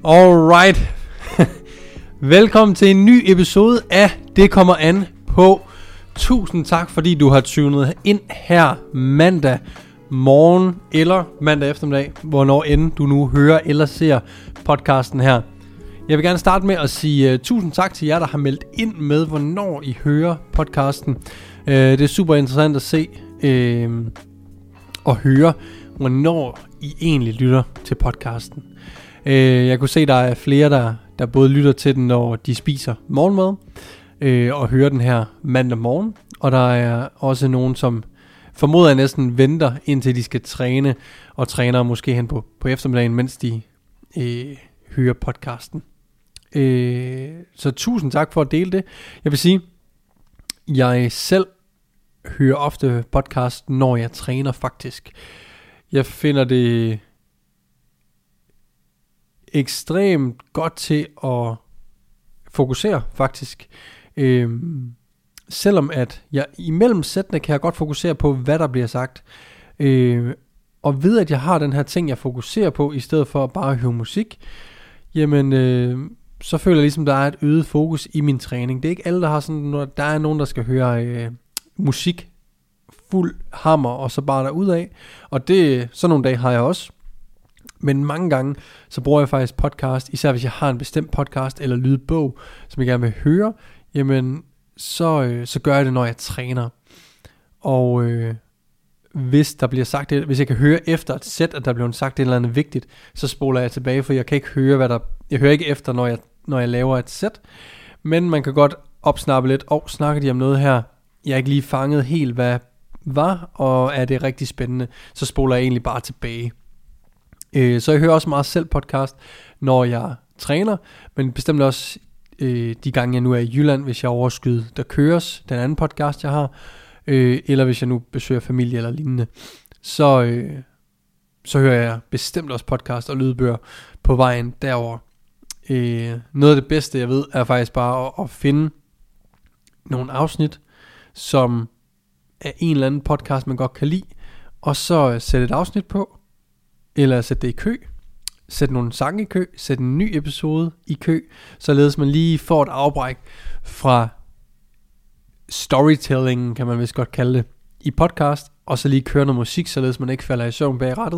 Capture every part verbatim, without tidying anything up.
Alright. Velkommen til en ny episode af Det kommer an på. Tusind tak, fordi du har tunet ind her mandag morgen eller mandag eftermiddag, hvornår end du nu hører eller ser podcasten her. Jeg vil gerne starte med at sige uh, tusind tak til jer, der har meldt ind med, hvornår I hører podcasten. Uh, det er super interessant at se uh, og høre, hvornår I egentlig lytter til podcasten. Uh, jeg kunne se, at der er flere, der, der både lytter til den, når de spiser morgenmad, uh, og hører den her mandag morgen. Og der er også nogen, som formoder jeg næsten venter, indtil de skal træne, og træner måske hen på, på eftermiddagen, mens de uh, hører podcasten. Øh, så tusind tak for at dele det. Jeg vil sige, jeg selv hører ofte podcast, når jeg træner faktisk. Jeg finder det ekstremt godt til at fokusere faktisk. Øh, selvom at jeg imellem sættene kan jeg godt fokusere på, hvad der bliver sagt. Øh, og ved at jeg har den her ting, jeg fokuserer på, i stedet for at bare høre musik, jamen øh, så føler jeg ligesom, der er et øget fokus i min træning. Det er ikke alle, der har sådan, når der er nogen, der skal høre øh, musik fuld hammer, og så bare derudad. Og det, sådan nogle dage har jeg også. Men mange gange, så bruger jeg faktisk podcast, især hvis jeg har en bestemt podcast eller lydbog, som jeg gerne vil høre, jamen så, øh, så gør jeg det, når jeg træner. Og øh, hvis der bliver sagt det, hvis jeg kan høre efter et sæt, at der bliver sagt et eller andet vigtigt, så spoler jeg tilbage, for jeg kan ikke høre, hvad der, jeg hører ikke efter, når jeg, når jeg laver et sæt, men man kan godt opsnappe lidt, og snakker de om noget her, jeg er ikke lige fanget helt, hvad var, og er det rigtig spændende, så spoler jeg egentlig bare tilbage. Øh, så jeg hører også meget selv podcast, når jeg træner, men bestemt også øh, de gange, jeg nu er i Jylland, hvis jeg overskyder, der køres, den anden podcast, jeg har, Øh, eller hvis jeg nu besøger familie eller lignende, så, øh, så hører jeg bestemt også podcast og lydbøger på vejen derover. Øh, noget af det bedste jeg ved er faktisk bare at, at finde nogle afsnit, som er en eller anden podcast man godt kan lide, og så sætte et afsnit på, eller sætte det i kø, sætte nogle sange i kø, sætte en ny episode i kø, således man lige får et afbræk fra storytelling, kan man vist godt kalde det, i podcast, og så lige køre noget musik, således man ikke falder i søvn bag rattet.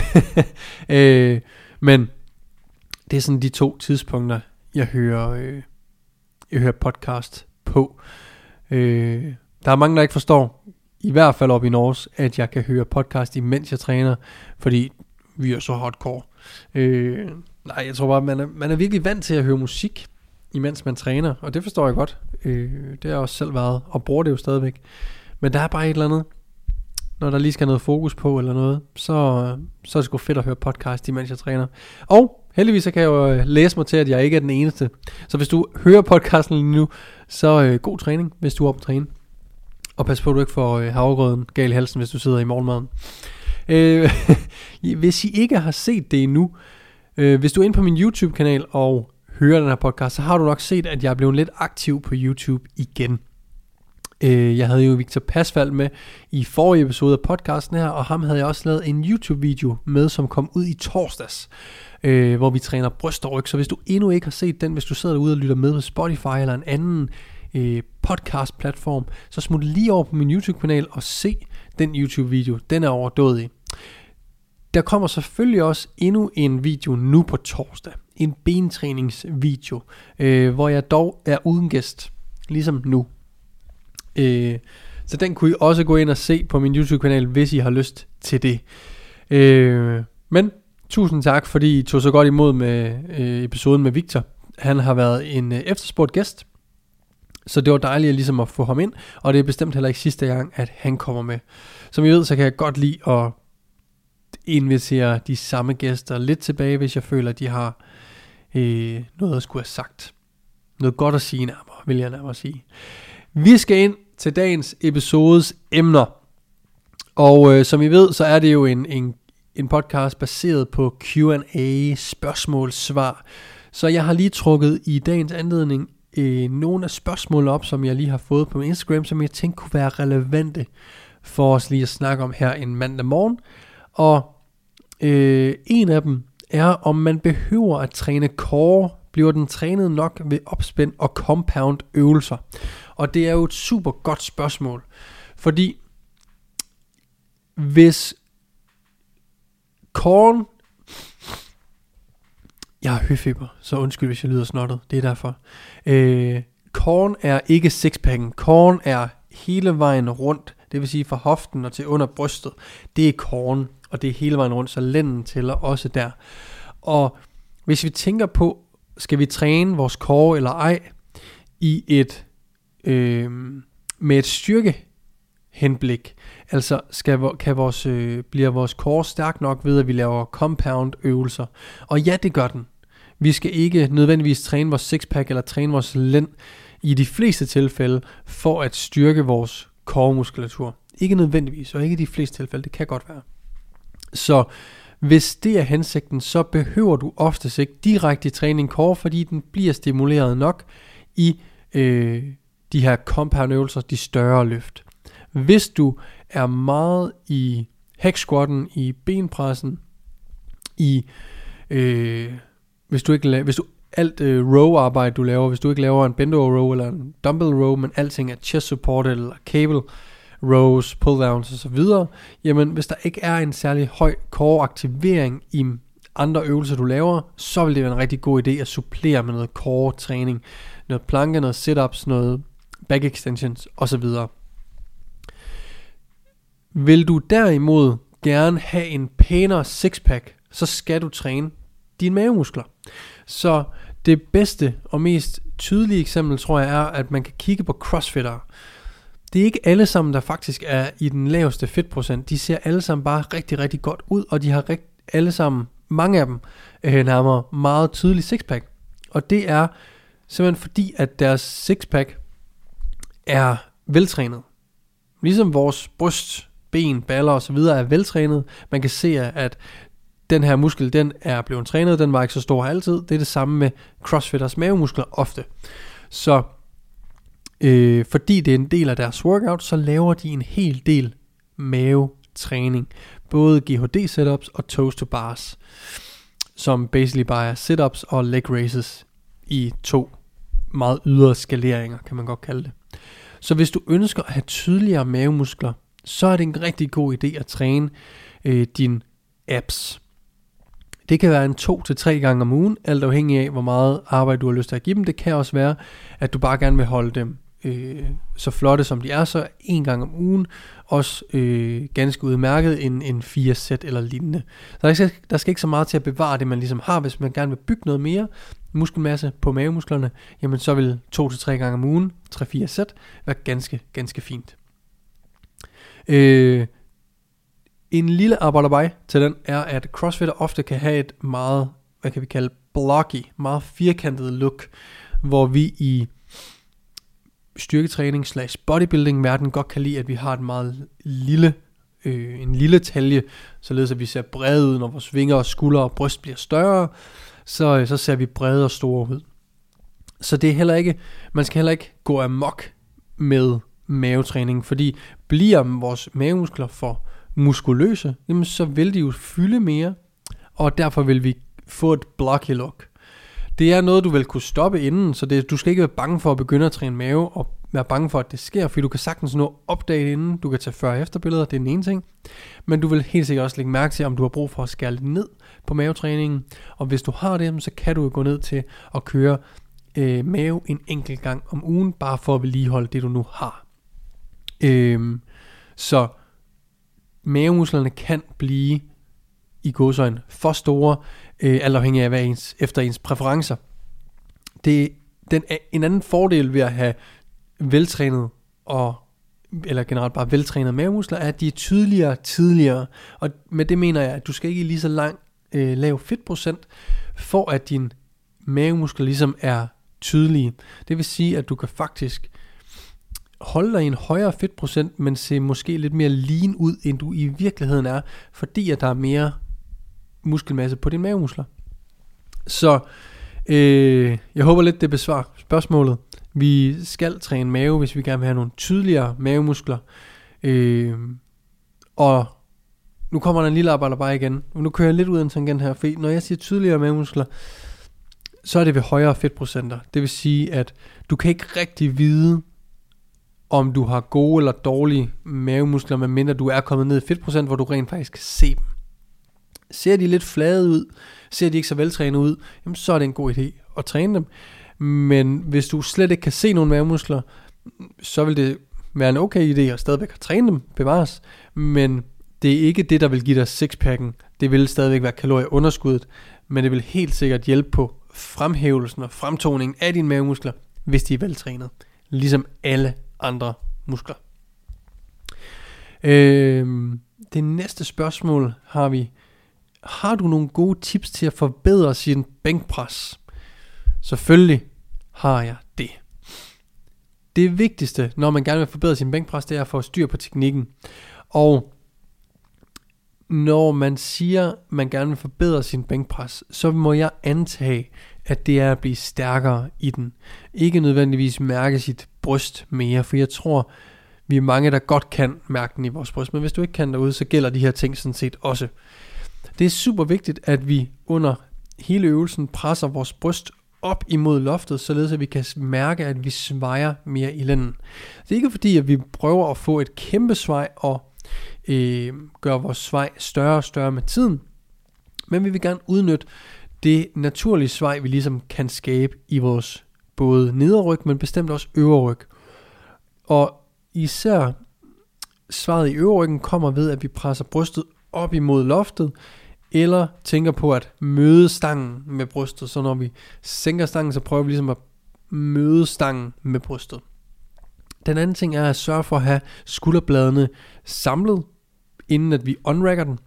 øh, men det er sådan de to tidspunkter, jeg hører, øh, jeg hører podcast på. Øh, der er mange, der ikke forstår, i hvert fald op i Norge, at jeg kan høre podcast, imens jeg træner, fordi vi er så hardcore. Øh, nej, jeg tror bare, man er, man er virkelig vant til at høre musik, imens man træner, og det forstår jeg godt. øh, Det har jeg også selv været, og bruger det jo stadigvæk. Men der er bare et eller andet, når der lige skal noget fokus på eller noget, Så, så er det sgu fedt at høre podcast, imens jeg træner. Og heldigvis så kan jeg jo læse mig til, at jeg ikke er den eneste. Så hvis du hører podcasten lige nu, så øh, god træning, hvis du er oppe at træne. Og pas på, at du ikke får øh, havregrøden gal i halsen, hvis du sidder i morgenmaden. øh, Hvis I ikke har set det endnu, øh, hvis du er inde på min YouTube-kanal og hører den her podcast, så har du nok set, at jeg er blevet lidt aktiv på YouTube igen. Øh, jeg havde jo Victor Pasfald med i forrige episode af podcasten her, og ham havde jeg også lavet en YouTube-video med, som kom ud i torsdags, øh, hvor vi træner bryst og ryg. Så hvis du endnu ikke har set den, hvis du sidder derude og lytter med på Spotify eller en anden øh, podcast-platform, så smut lige over på min YouTube-kanal og se den YouTube-video. Den er overdådig. Der kommer selvfølgelig også endnu en video nu på torsdag. En bentræningsvideo, øh, hvor jeg dog er uden gæst, ligesom nu. Øh, så den kunne I også gå ind og se på min YouTube-kanal, hvis I har lyst til det. Øh, men tusind tak, fordi I tog så godt imod med øh, episoden med Victor. Han har været en øh, efterspurgt gæst, så det var dejligt ligesom at få ham ind, og det er bestemt heller ikke sidste gang, at han kommer med. Som I ved, så kan jeg godt lide at invitere de samme gæster lidt tilbage, hvis jeg føler, at de har øh, noget at skulle have sagt. Noget godt at sige nærmere, vil jeg nærmere sige. Vi skal ind til dagens episodes emner. Og øh, som I ved, så er det jo en, en, en podcast baseret på Q and A, spørgsmål-svar. Så jeg har lige trukket i dagens anledning øh, nogle af spørgsmålene op, som jeg lige har fået på Instagram, som jeg tænkte kunne være relevante for os lige at snakke om her en mandag morgen. Og øh, en af dem er, om man behøver at træne core. Bliver den trænet nok ved opspænd og compound øvelser? Og det er jo et super godt spørgsmål, fordi hvis core, jeg har høfeber, så undskyld hvis jeg lyder snottet, det er derfor. Øh, core er ikke sixpacken, core er hele vejen rundt, det vil sige fra hoften og til under brystet. Det er core, og det er hele vejen rundt, så lænden tæller også der. Og hvis vi tænker på, skal vi træne vores core eller ej i et øh, med et styrkehenblik, altså skal, kan vores, øh, bliver vores core stærk nok ved at vi laver compound øvelser? Og ja, det gør den. Vi skal ikke nødvendigvis træne vores sixpack eller træne vores lænd i de fleste tilfælde for at styrke vores core muskulatur. Ikke nødvendigvis, og ikke i de fleste tilfælde, det kan godt være. Så hvis det er hensigten, så behøver du oftest ikke direkte træning core, fordi den bliver stimuleret nok i øh, de her compound øvelser, de større løft. Hvis du er meget i hack squatten, i benpressen, i øh, hvis du ikke hvis du alt øh, row arbejde du laver, hvis du ikke laver en bend over row eller en dumbbell row, men alting er chest support eller cable rows, pull downs og så videre, jamen hvis der ikke er en særlig høj core aktivering i andre øvelser du laver, så vil det være en rigtig god idé at supplere med noget core træning, noget planke, noget sit-ups, noget back extensions og så videre. Vil du derimod gerne have en pænere sixpack, så skal du træne dine mavemuskler. Så det bedste og mest tydelige eksempel, tror jeg, er, at man kan kigge på crossfittere. Det er ikke alle sammen, der faktisk er i den laveste fedtprocent. De ser alle sammen bare rigtig, rigtig godt ud, og de har rigt, alle sammen, mange af dem, øh, nærmere meget tydelig sixpack. Og det er simpelthen fordi, at deres sixpack er veltrænet. Ligesom vores bryst, ben, baller og så videre er veltrænet. Man kan se, at den her muskel, den er blevet trænet, den var ikke så stor altid. Det er det samme med crossfitters mavemuskler ofte. Så øh, fordi det er en del af deres workout, så laver de en hel del mavetræning. Både G H D setups og toes to bars, som basically bare er sit-ups og leg raises i to meget ydre skaleringer, kan man godt kalde det. Så hvis du ønsker at have tydeligere mavemuskler, så er det en rigtig god idé at træne øh, din abs. Det kan være en to til tre gange om ugen, alt afhængig af hvor meget arbejde du har lyst til at give dem. Det kan også være, at du bare gerne vil holde dem øh, så flotte som de er, så en gang om ugen, også øh, ganske udmærket en, en fire sæt eller lignende. Så der skal, der skal ikke så meget til at bevare det man ligesom har. Hvis man gerne vil bygge noget mere muskelmasse på mavemusklerne, jamen så vil to til tre gange om ugen, tre fire sæt, være ganske, ganske fint. Øh, en lille arbejderbej til den er, at crossfitter ofte kan have et meget, hvad kan vi kalde, blocky, meget firkantet look, hvor vi i styrketræning slash bodybuilding verden godt kan lide, at vi har et meget lille, øh, en lille talje, således at vi ser brede ud, når vores vinger og skuldre og bryst bliver større, så, så ser vi brede og store ud. Så det er heller ikke, man skal heller ikke gå amok med mavetræning, fordi bliver vores mavemuskler for muskuløse, jamen så vil de jo fylde mere, og derfor vil vi få et blocky look. Det er noget, du vil kunne stoppe inden, så det, du skal ikke være bange for at begynde at træne mave, og være bange for, at det sker, fordi du kan sagtens nå opdage inden, du kan tage før- og efterbilleder, det er den ene ting, men du vil helt sikkert også lægge mærke til, om du har brug for at skære lidt ned på mavetræningen, og hvis du har det, så kan du gå ned til at køre øh, mave en enkelt gang om ugen, bare for at vedligeholde det, du nu har. Øh, så mavemusklerne kan blive i gåseøjne for store, øh, alt afhængig af hvad ens, efter ens præferencer. Det den er en anden fordel ved at have veltrænet og eller generelt bare veltrænede mavemuskler, er at de er tydeligere tidligere. Og med det mener jeg, at du skal ikke lige så lang øh, lav fedtprocent, for at din mavemuskler ligesom er tydelige. Det vil sige, at du kan faktisk holde dig i en højere fedtprocent, men se måske lidt mere lean ud, end du i virkeligheden er, fordi at der er mere muskelmasse på dine mavemuskler. Så øh, jeg håber lidt, det besvarer spørgsmålet. Vi skal træne mave, hvis vi gerne vil have nogle tydeligere mavemuskler. Øh, og nu kommer der en lille arbejder bare igen. Nu kører jeg lidt ud af en tangent her, for når jeg siger tydeligere mavemuskler, så er det ved højere fedtprocenter. Det vil sige, at du kan ikke rigtig vide, om du har gode eller dårlige mavemuskler, medmindre du er kommet ned i fedtprocent, hvor du rent faktisk kan se dem. Ser de lidt flade ud, ser de ikke så veltrænet ud, jamen så er det en god idé at træne dem. Men hvis du slet ikke kan se nogle mavemuskler, så vil det være en okay idé at stadigvæk at træne dem, bevares. Men det er ikke det, der vil give dig sixpacken. Det vil stadigvæk være kalorieunderskuddet, men det vil helt sikkert hjælpe på fremhævelsen og fremtoningen af dine mavemuskler, hvis de er veltrænet. Ligesom alle andre muskler. Øh, det næste spørgsmål har vi. Har du nogle gode tips til at forbedre sin bænkpres? Selvfølgelig har jeg det. Det vigtigste, når man gerne vil forbedre sin bænkpres, det er at få styr på teknikken. Og når man siger, at man gerne vil forbedre sin bænkpres, så må jeg antage, at det er at blive stærkere i den. Ikke nødvendigvis mærke sit bryst mere, for jeg tror, vi er mange, der godt kan mærke den i vores bryst. Men hvis du ikke kan derude, så gælder de her ting sådan set også. Det er super vigtigt, at vi under hele øvelsen presser vores bryst op imod loftet, således at vi kan mærke, at vi svejer mere i lænden. Det er ikke fordi, at vi prøver at få et kæmpe svej og øh, gøre vores svej større og større med tiden, men vi vil gerne udnytte det naturlige svej, vi ligesom kan skabe i vores både nederryg, men bestemt også øverryg. Og især svaret i øverryggen kommer ved, at vi presser brystet op imod loftet, eller tænker på at møde stangen med brystet. Så når vi sænker stangen, så prøver vi ligesom at møde stangen med brystet. Den anden ting er at sørge for at have skulderbladene samlet, inden at vi unracker den.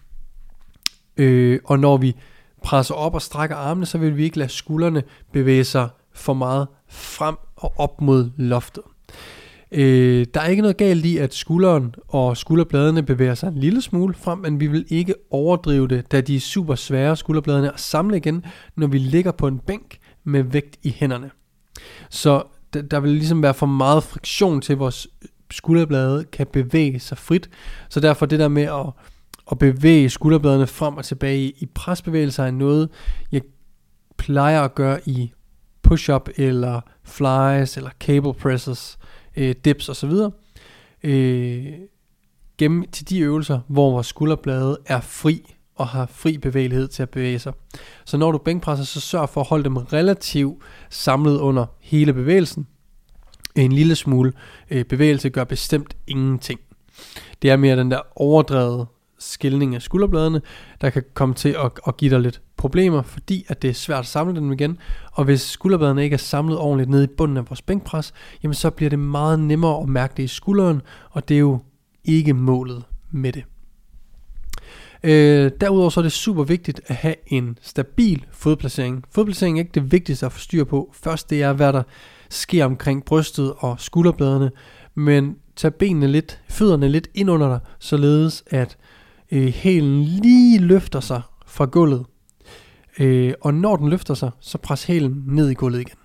Øh, og når vi presser op og strækker armene, så vil vi ikke lade skuldrene bevæge sig for meget frem og op mod loftet. Øh, der er ikke noget galt i, at skulderen og skulderbladene bevæger sig en lille smule frem, men vi vil ikke overdrive det, da de er super svære, skulderbladene, at samle igen, når vi ligger på en bænk med vægt i hænderne. Så der, der vil ligesom være for meget friktion til, at vores skulderblade kan bevæge sig frit. Så derfor det der med at, at bevæge skulderbladene frem og tilbage i, i presbevægelser er noget, jeg plejer at gøre i push-up eller flies eller cable presses, øh, dips og så videre, øh, gennem til de øvelser, hvor vores skulderblade er fri og har fri bevægelighed til at bevæge sig. Så når du bænkpresser, så sørg for at holde dem relativt samlet under hele bevægelsen. En lille smule øh, bevægelse gør bestemt ingenting. Det er mere den der overdrevet skilning af skulderbladene, der kan komme til at, at give dig lidt problemer, fordi at det er svært at samle dem igen. Og hvis skulderbladene ikke er samlet ordentligt nede i bunden af vores bænkpres, jamen så bliver det meget nemmere at mærke det i skulderen, og det er jo ikke målet med det. Øh, derudover så er det super vigtigt at have en stabil fodplacering. Fodplacering er ikke det vigtigste at få styr på. Først det er, hvad der sker omkring brystet og skulderbladene, men tag benene lidt, fødderne lidt ind under dig, således at øh, hælen lige løfter sig fra gulvet. Øh, og når den løfter sig, så pres hælen ned i gulvet igen.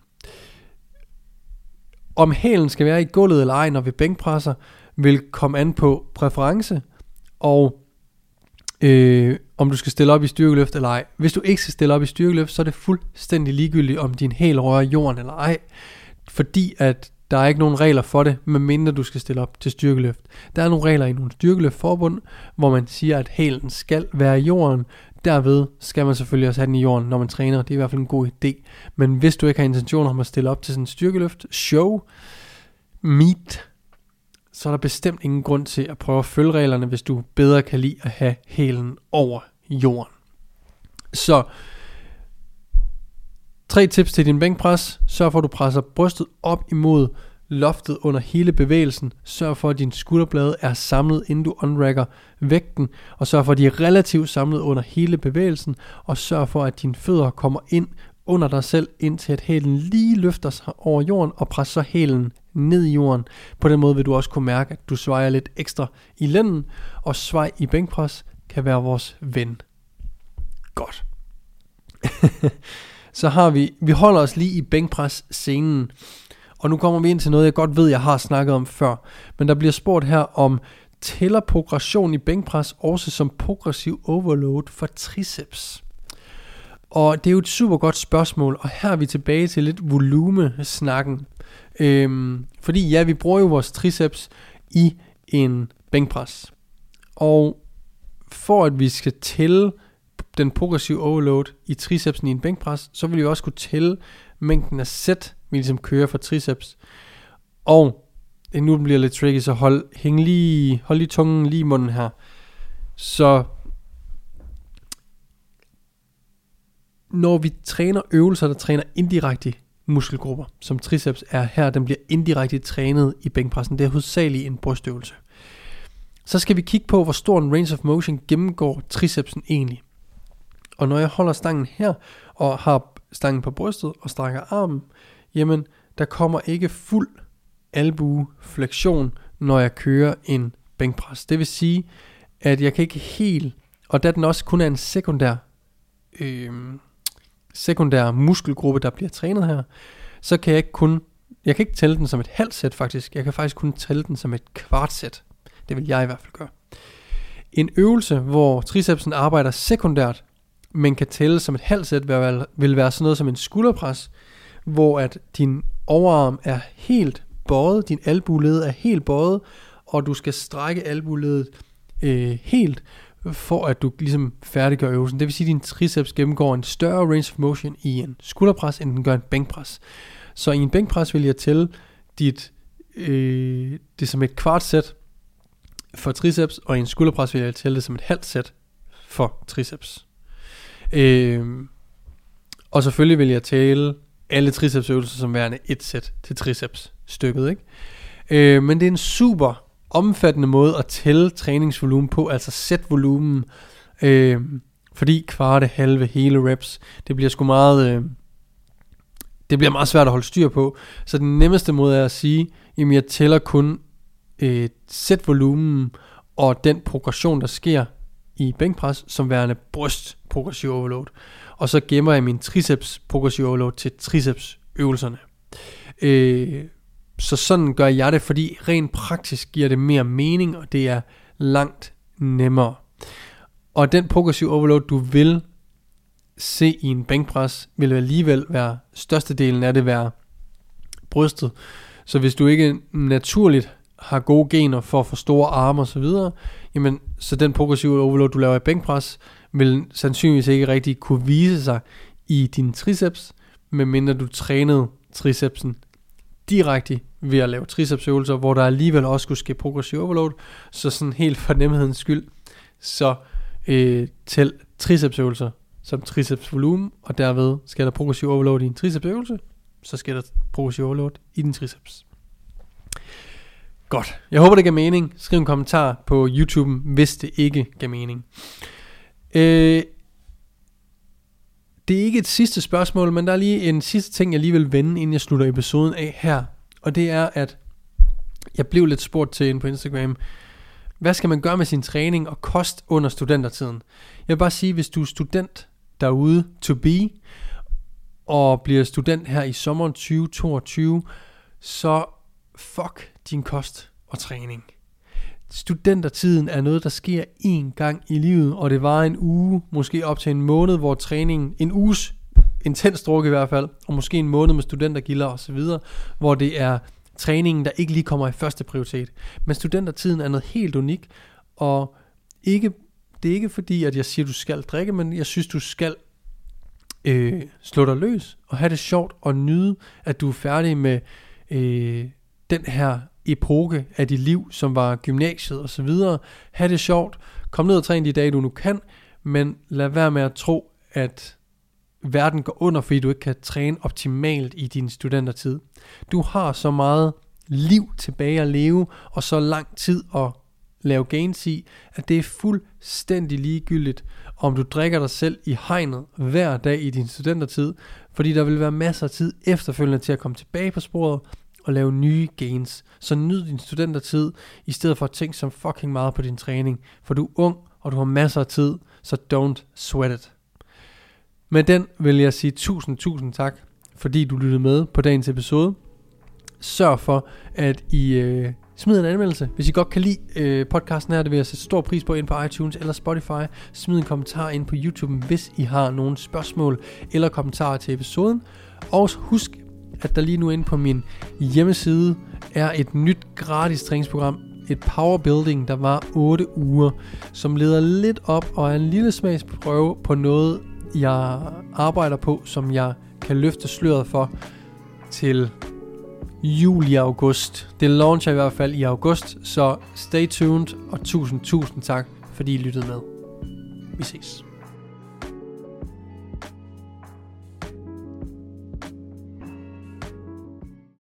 Om hælen skal være i gulvet eller ej, når vi bænkpresser, vil komme an på præference, og øh, om du skal stille op i styrkeløft eller ej. Hvis du ikke skal stille op i styrkeløft, så er det fuldstændig ligegyldigt, om din hæl rører jorden eller ej, fordi at der er ikke nogen regler for det, medmindre du skal stille op til styrkeløft. Der er nogle regler i nogle styrkeløftforbund, hvor man siger, at hælen skal være i jorden. Derved skal man selvfølgelig også have den i jorden, når man træner. Det er i hvert fald en god idé. Men hvis du ikke har intentioner om at stille op til sådan en styrkeløft show, meet, så er der bestemt ingen grund til at prøve at følge reglerne, hvis du bedre kan lide at have hælen over jorden. Så tre tips til din bænkpres. Sørg for, at du presser brystet op imod loftet under hele bevægelsen. Sørg for, at din skulderblade er samlet, inden du unracker vægten. Og sørg for, at de er relativt samlet under hele bevægelsen. Og sørg for, at dine fødder kommer ind under dig selv, indtil at hælen lige løfter sig over jorden, og presser hælen ned i jorden. På den måde vil du også kunne mærke, at du svejer lidt ekstra i lænden. Og svej i bænkpres kan være vores ven. Godt. Så har vi, vi holder os lige i bænkpres-scenen, og nu kommer vi ind til noget, jeg godt ved, jeg har snakket om før, men der bliver spurgt her om tæller progression i bænkpres også som progressiv overload for triceps? Og det er jo et super godt spørgsmål, og her er vi tilbage til lidt volume-snakken. Øhm, fordi ja, vi bruger jo vores triceps i en bænkpres. Og for at vi skal tælle den progressive overload i tricepsen i en bænkpres, så vil vi også kunne tælle mængden af sæt, vi ligesom kører for triceps. Og nu bliver det lidt tricky, så hold, hæng lige, hold lige tungen lige i munden her. Så når vi træner øvelser, der træner indirekte muskelgrupper, som triceps er her, den bliver indirekte trænet i bænkpressen. Det er hovedsageligt en brystøvelse. Så skal vi kigge på, hvor stor en range of motion gennemgår tricepsen egentlig. Og når jeg holder stangen her, og har stangen på brystet, og strækker armen, jamen, der kommer ikke fuld albueflexion, når jeg kører en bænkpres. Det vil sige, at jeg kan ikke helt, og da den også kun er en sekundær, øh, sekundær muskelgruppe, der bliver trænet her, så kan jeg ikke kun, jeg kan ikke tælle den som et halvt sæt faktisk, jeg kan faktisk kun tælle den som et kvart sæt. Det vil jeg i hvert fald gøre. En øvelse, hvor tricepsen arbejder sekundært, men kan tælle som et halvt sæt, vil være sådan noget som en skulderpres, hvor at din overarm er helt bøjet, din albueled er helt bøjet, og du skal strække albueledet øh, helt, for at du ligesom færdiggør øvelsen. Det vil sige, at din triceps gennemgår en større range of motion i en skulderpres, end den gør en bænkpres. Så i en bænkpres vil jeg tælle dit, øh, det som et kvart sæt for triceps, og i en skulderpres vil jeg tælle det som et halvt sæt for triceps. Øh, og selvfølgelig vil jeg tælle alle tricepsøvelser som værende et sæt til triceps stykket, ikke? Øh, men det er en super omfattende måde at tælle træningsvolumen på, altså sætvolumen, øh, fordi kvarte, halve, hele reps, det bliver sgu meget, øh, det bliver meget svært at holde styr på. Så den nemmeste måde er at sige, jamen jeg tæller kun øh, sætvolumen og den progression, der sker i bænkpres, som værende bryst progressive overload. Og så gemmer jeg min triceps progressive overload til triceps øvelserne. Øh, så sådan gør jeg det, fordi rent praktisk giver det mere mening, og det er langt nemmere. Og den progressive overload, du vil se i en bænkpres, vil alligevel være, størstedelen af det være brystet. Så hvis du ikke naturligt har gode gener for at få store arme og så videre, jamen så den progressive overload, du laver i bænkpres, vil sandsynligvis ikke rigtig kunne vise sig i din triceps, medmindre du trænede tricepsen direkte ved at lave tricepsøvelser, hvor der alligevel også skulle ske progressive overload. Så sådan helt for nemhedens skyld, så øh, tæl tricepsøvelser som tricepsvolumen, og derved skal der progressive overload i en tricepsøvelse, så skal der progressive overload i din triceps. Godt. Jeg håber det gav mening. Skriv en kommentar på YouTube, hvis det ikke gav mening. Øh, det er ikke et sidste spørgsmål, men der er lige en sidste ting, jeg lige vil vende, inden jeg slutter episoden af her. Og det er, at jeg blev lidt spurgt til inde på Instagram, hvad skal man gøre med sin træning og kost under studentertiden? Jeg vil bare sige, hvis du er student derude to be, og bliver student her i sommeren tyve toogtyve, så fuck din kost og træning. Studentertiden er noget, der sker én gang i livet, og det var en uge, måske op til en måned, hvor træningen, en uges intens druk i hvert fald, og måske en måned med studentergilder og så videre, hvor det er træningen, der ikke lige kommer i første prioritet. Men studentertiden er noget helt unikt, og ikke, det er ikke fordi, at jeg siger, at du skal drikke, men jeg synes, du skal øh, slå dig løs, og have det sjovt, og nyde, at du er færdig med øh, den her epoke af dit liv, som var gymnasiet og så videre. Ha' det sjovt. Kom ned og træn de dage, du nu kan, men lad være med at tro, at verden går under, fordi du ikke kan træne optimalt i din studentertid. Du har så meget liv tilbage at leve, og så lang tid at lave gains i, at det er fuldstændig ligegyldigt, om du drikker dig selv i hegnet hver dag i din studentertid, fordi der vil være masser af tid efterfølgende til at komme tilbage på sporet, og lave nye gains. Så nyd din studentertid, i stedet for at tænke så fucking meget på din træning. For du er ung, og du har masser af tid, så don't sweat it. Med den vil jeg sige tusind, tusind tak, fordi du lyttede med på dagens episode. Sørg for, at I øh, smid en anmeldelse. Hvis I godt kan lide øh, podcasten her, det vil jeg sætte stor pris på ind på iTunes eller Spotify. Smid en kommentar ind på YouTube, hvis I har nogle spørgsmål eller kommentarer til episoden. Og husk, at der lige nu inde på min hjemmeside er et nyt gratis træningsprogram. Et power building, der var otte uger, som leder lidt op og er en lille smagsprøve på noget, jeg arbejder på, som jeg kan løfte sløret for til juli-august. Det launcher i hvert fald i august, så stay tuned, og tusind, tusind tak, fordi I lyttede med. Vi ses.